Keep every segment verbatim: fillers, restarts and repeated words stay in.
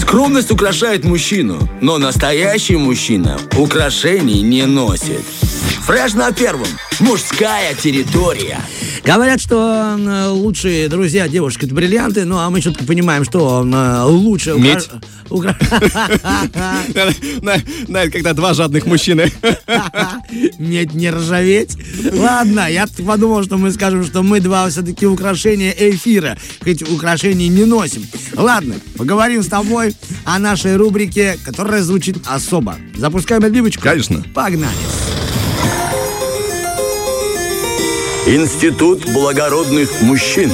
Скромность украшает мужчину, но настоящий мужчина украшений не носит. Фреш на первом. Мужская территория. Говорят, что э, лучшие друзья девушек — это бриллианты, ну а мы четко понимаем, что э, лучше... Медь. Знаете, когда два жадных мужчины. Медь не ржаветь. Ладно, я подумал, что мы скажем, что мы два все-таки украшения эфира, хоть украшений не носим. Ладно, поговорим с тобой о нашей рубрике, которая звучит особо. Запускаем отбивочку? Конечно. Погнали. Институт благородных мужчин.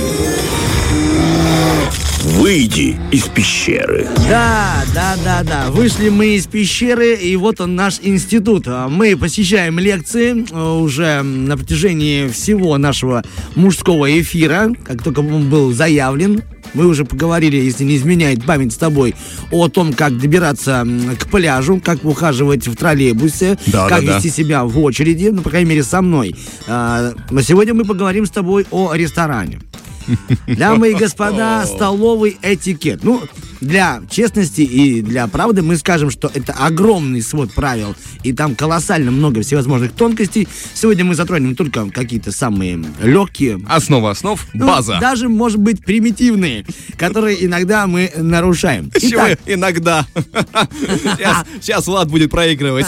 Выйди из пещеры. Да, да, да, да. Вышли мы из пещеры, и вот он, наш институт. Мы посещаем лекции уже на протяжении всего нашего мужского эфира, как только он был заявлен. Мы уже поговорили, если не изменяет память с тобой, о том, как добираться к пляжу, как ухаживать в троллейбусе, да, как да, вести да. себя в очереди, ну, по крайней мере, со мной. А, но сегодня мы поговорим с тобой о ресторане. Дамы и господа, столовый этикет. Ну, для честности и для правды мы скажем, что это огромный свод правил, и там колоссально много всевозможных тонкостей. Сегодня мы затронем только какие-то самые легкие. Основа основ, база. Ну, даже, может быть, примитивные, которые иногда мы нарушаем. Чего иногда? Сейчас, сейчас Влад будет проигрывать.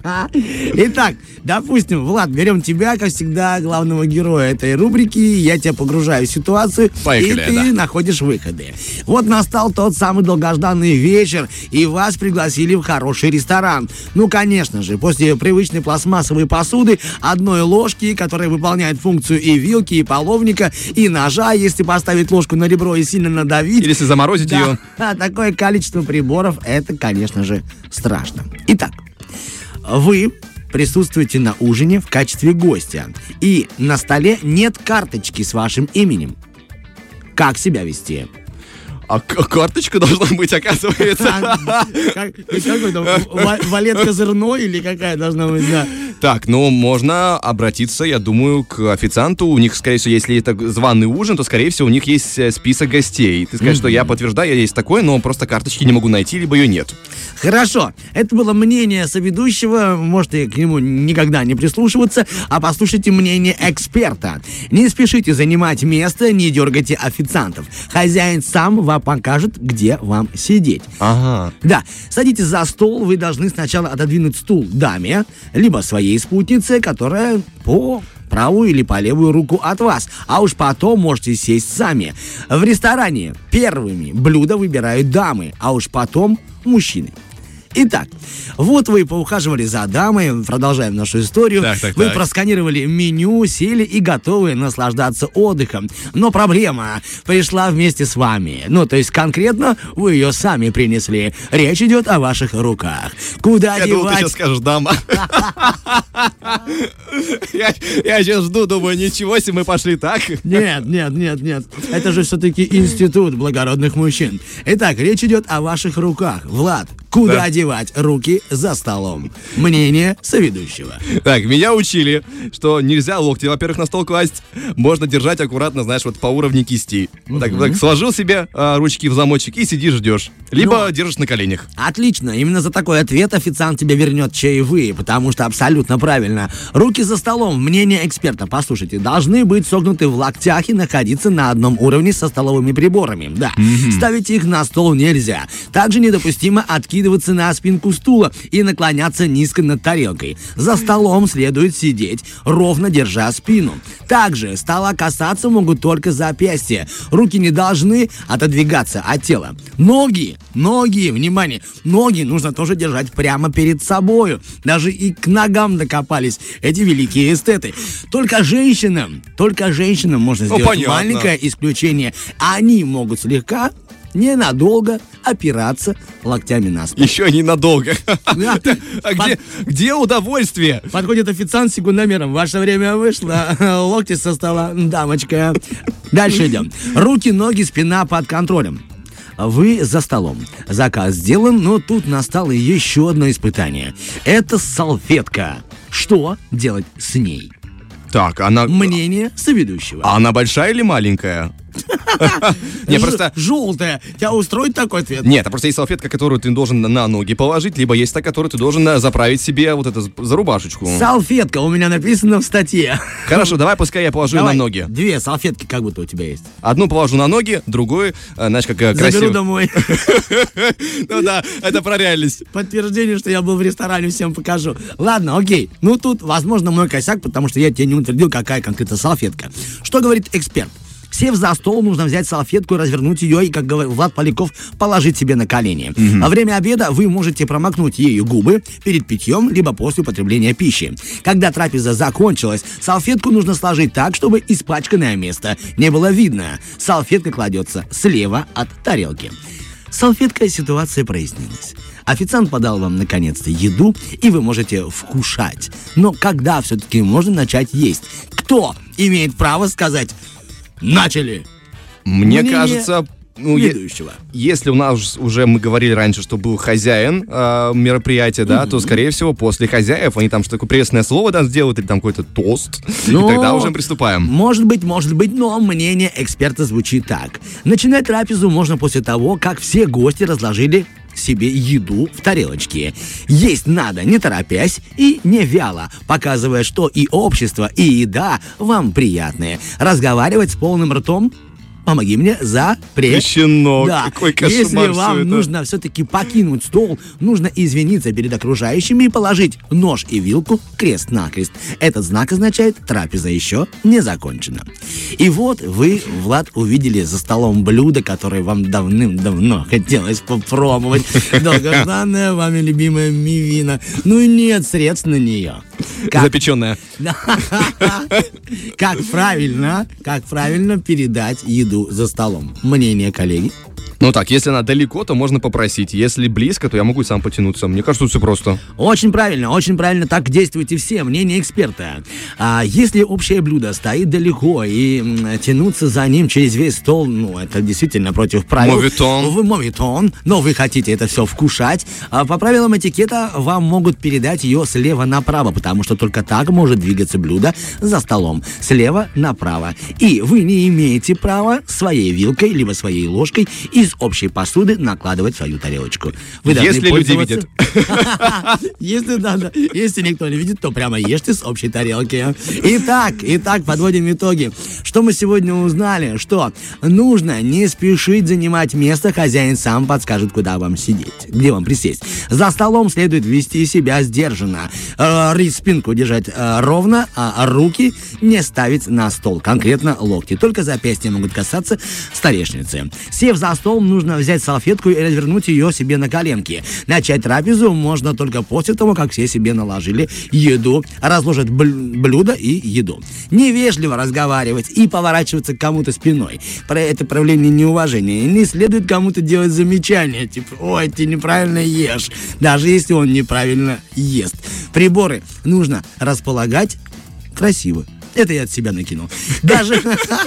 Итак, допустим, Влад, берем тебя, как всегда, главного героя этой рубрики. Я тебя погружаю в ситуацию. Поехали, и ты да. находишь выходы. Вот настал тот самый долгожданный вечер, и вас пригласили в хороший ресторан. Ну, конечно же, после привычной пластмассовой посуды, одной ложки, которая выполняет функцию и вилки, и половника, и ножа, если поставить ложку на ребро и сильно надавить. Или если заморозить да, ее. Такое количество приборов, это, конечно же, страшно. Итак, вы присутствуете на ужине в качестве гостя, и на столе нет карточки с вашим именем. Как себя вести? А к- карточка должна быть, оказывается. Какой-то валет козырной или какая должна быть, да? Так, ну, можно обратиться, я думаю, к официанту. У них, скорее всего, если это званый ужин, то, скорее всего, у них есть э, список гостей. Ты скажешь, mm-hmm. что я подтверждаю, есть такое, но просто карточки не могу найти, либо ее нет. Хорошо. Это было мнение соведущего. Можете к нему никогда не прислушиваться, а послушайте мнение эксперта. Не спешите занимать место, не дергайте официантов. Хозяин сам вам покажет, где вам сидеть. Ага. Да, садитесь за стол, вы должны сначала отодвинуть стул даме, либо своей спутнице, которая по правую или по левую руку от вас, а уж потом можете сесть сами. В ресторане первыми блюда выбирают дамы, а уж потом мужчины. Итак, вот вы поухаживали за дамой, продолжаем нашу историю. Так, так, вы так. просканировали меню, сели и готовы наслаждаться отдыхом. Но проблема пришла вместе с вами. Ну, то есть конкретно вы ее сами принесли. Речь идет о ваших руках. Куда Я думал, ты девать? сейчас скажешь «дама». Я я сейчас жду, думаю, ничего себе, мы пошли так. Нет, нет, нет, нет. Это же все-таки институт благородных мужчин. Итак, речь идет о ваших руках. Влад, куда Да. девать руки за столом? Мнение соведущего. Так, меня учили, что нельзя локти, во-первых, на стол класть. Можно держать аккуратно, знаешь, вот по уровню кисти. Вот так, так сложил себе а, ручки в замочек и сидишь, ждешь. Либо Ну. держишь на коленях. Отлично, именно за такой ответ официант тебе вернет чаевые, потому что абсолютно правильно. Руки за столом, мнение эксперта, послушайте, должны быть согнуты в локтях и находиться на одном уровне со столовыми приборами. Да, mm-hmm. ставить их на стол нельзя. Также недопустимо откидываться на спинку стула и наклоняться низко над тарелкой. За столом следует сидеть, ровно держа спину. Также стола касаться могут только запястья. Руки не должны отодвигаться от тела. Ноги, ноги, внимание, ноги нужно тоже держать прямо перед собою. Даже и к ногам докопались эти великие эстеты. Только женщинам, только женщинам можно Ну, сделать понятно. маленькое исключение. Они могут слегка, ненадолго опираться локтями на спину. Еще ненадолго. А где, где удовольствие? Подходит официант с секундомером. Ваше время вышло. Локти со стола, дамочка. Дальше идем. Руки, ноги, спина под контролем. Вы за столом. Заказ сделан, но тут настало еще одно испытание. Это салфетка. Что делать с ней? Так, она... Мнение соведущего. А она большая или маленькая? Не, просто... Желтая. Тебя устроит такой цвет? Нет, а просто есть салфетка, которую ты должен на ноги положить, либо есть та, которую ты должен заправить себе вот это за рубашечку. Салфетка у меня написано в статье. Хорошо, давай, пускай я положу Давай, на ноги. Две салфетки как будто у тебя есть. Одну положу на ноги, другую, знаешь, как красиво. Заберу домой. Ну да, это про реальность. Подтверждение, что я был в ресторане, всем покажу. Ладно, окей. Ну тут, возможно, мой косяк, потому что я тебе не утвердил, какая конкретно салфетка. Что говорит эксперт? Сев за стол, нужно взять салфетку, развернуть ее и, как говорит Влад Поляков, положить себе на колени. Mm-hmm. Во время обеда вы можете промокнуть ею губы перед питьем, либо после употребления пищи. Когда трапеза закончилась, салфетку нужно сложить так, чтобы испачканное место не было видно. Салфетка кладется слева от тарелки. Салфеткой ситуация прояснилась. Официант подал вам, наконец-то, еду, и вы можете вкушать. Но когда все-таки можно начать есть? Кто имеет право сказать «начали»? Мне Мнение кажется... Ну, ведущего. Если у нас уже, мы говорили раньше, что был хозяин э, мероприятия, да, mm-hmm. то, скорее всего, после хозяев они там что-то такое приветственное слово да, сделают, или там какой-то тост, но... и тогда уже приступаем. Может быть, может быть, но мнение эксперта звучит так. Начинать трапезу можно после того, как все гости разложили себе еду в тарелочке. Есть надо, не торопясь и не вяло, показывая, что и общество, и еда вам приятные. Разговаривать с полным ртом помоги мне запрещено. Да. Какой кошмар. Если вам это. нужно все-таки покинуть стол, нужно извиниться перед окружающими и положить нож и вилку крест-накрест. Этот знак означает, трапеза еще не закончена. И вот вы, Влад, увидели за столом блюдо, которое вам давным-давно хотелось попробовать. Долгожданная вами любимая мивина. Ну и нет средств на нее. Как... Запеченная. Как правильно, как правильно передать еду за столом? Мнение коллеги? Ну так, если она далеко, то можно попросить. Если близко, то я могу сам потянуться. Мне кажется, все просто. Очень правильно, очень правильно. Так действуйте все. Мнение эксперта. А если общее блюдо стоит далеко и м, тянуться за ним через весь стол, ну, это действительно против правил. Моветон. Вы моветон, но вы хотите это все вкушать. А по правилам этикета вам могут передать ее слева направо, потому что только так может двигаться блюдо за столом. Слева направо. И вы не имеете права своей вилкой либо своей ложкой из общей посуды накладывать в свою тарелочку. Вы если люди видят. Если, да, да, если никто не видит, то прямо ешьте с общей тарелки. Итак, итак, подводим итоги. Что мы сегодня узнали? Что нужно не спешить занимать место, хозяин сам подскажет, куда вам сидеть, где вам присесть. За столом следует вести себя сдержанно. Э, спинку держать э, ровно, а руки не ставить на стол, конкретно локти. Только запястья могут касаться столешницы. Сев за стол, нужно взять салфетку и развернуть ее себе на коленки. Начать трапезу можно только после того, как все себе наложили еду, разложат бл- блюдо и еду. Невежливо разговаривать и поворачиваться к кому-то спиной. Про это проявление неуважения. Не следует кому-то делать замечания, типа, ой, ты неправильно ешь, даже если он неправильно ест. Приборы нужно располагать красиво. Это я от себя накинул. Даже...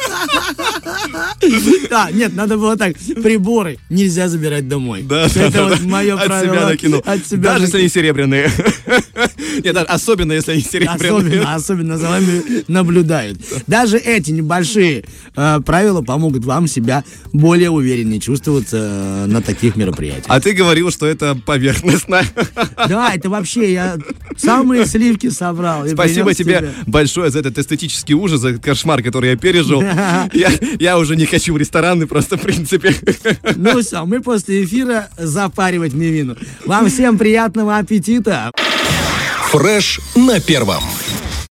Да, нет, надо было так. Приборы нельзя забирать домой. Да, это да, вот да. мое от правило. Себя накинул. От себя Даже накинул. если они серебряные. Нет, особенно если они серебряные. Особенно, особенно за вами наблюдают. Даже эти небольшие э, правила помогут вам себя более увереннее чувствоваться э, на таких мероприятиях. А ты говорил, что это поверхностно. Да, это вообще я самые сливки собрал. Спасибо тебе большое за этот эстетический ужас, за этот кошмар, который я пережил. Я, я уже не хочу в рестораны, просто в принципе. Ну все, мы после эфира запаривать мивину. Вам всем приятного аппетита. Фреш на первом.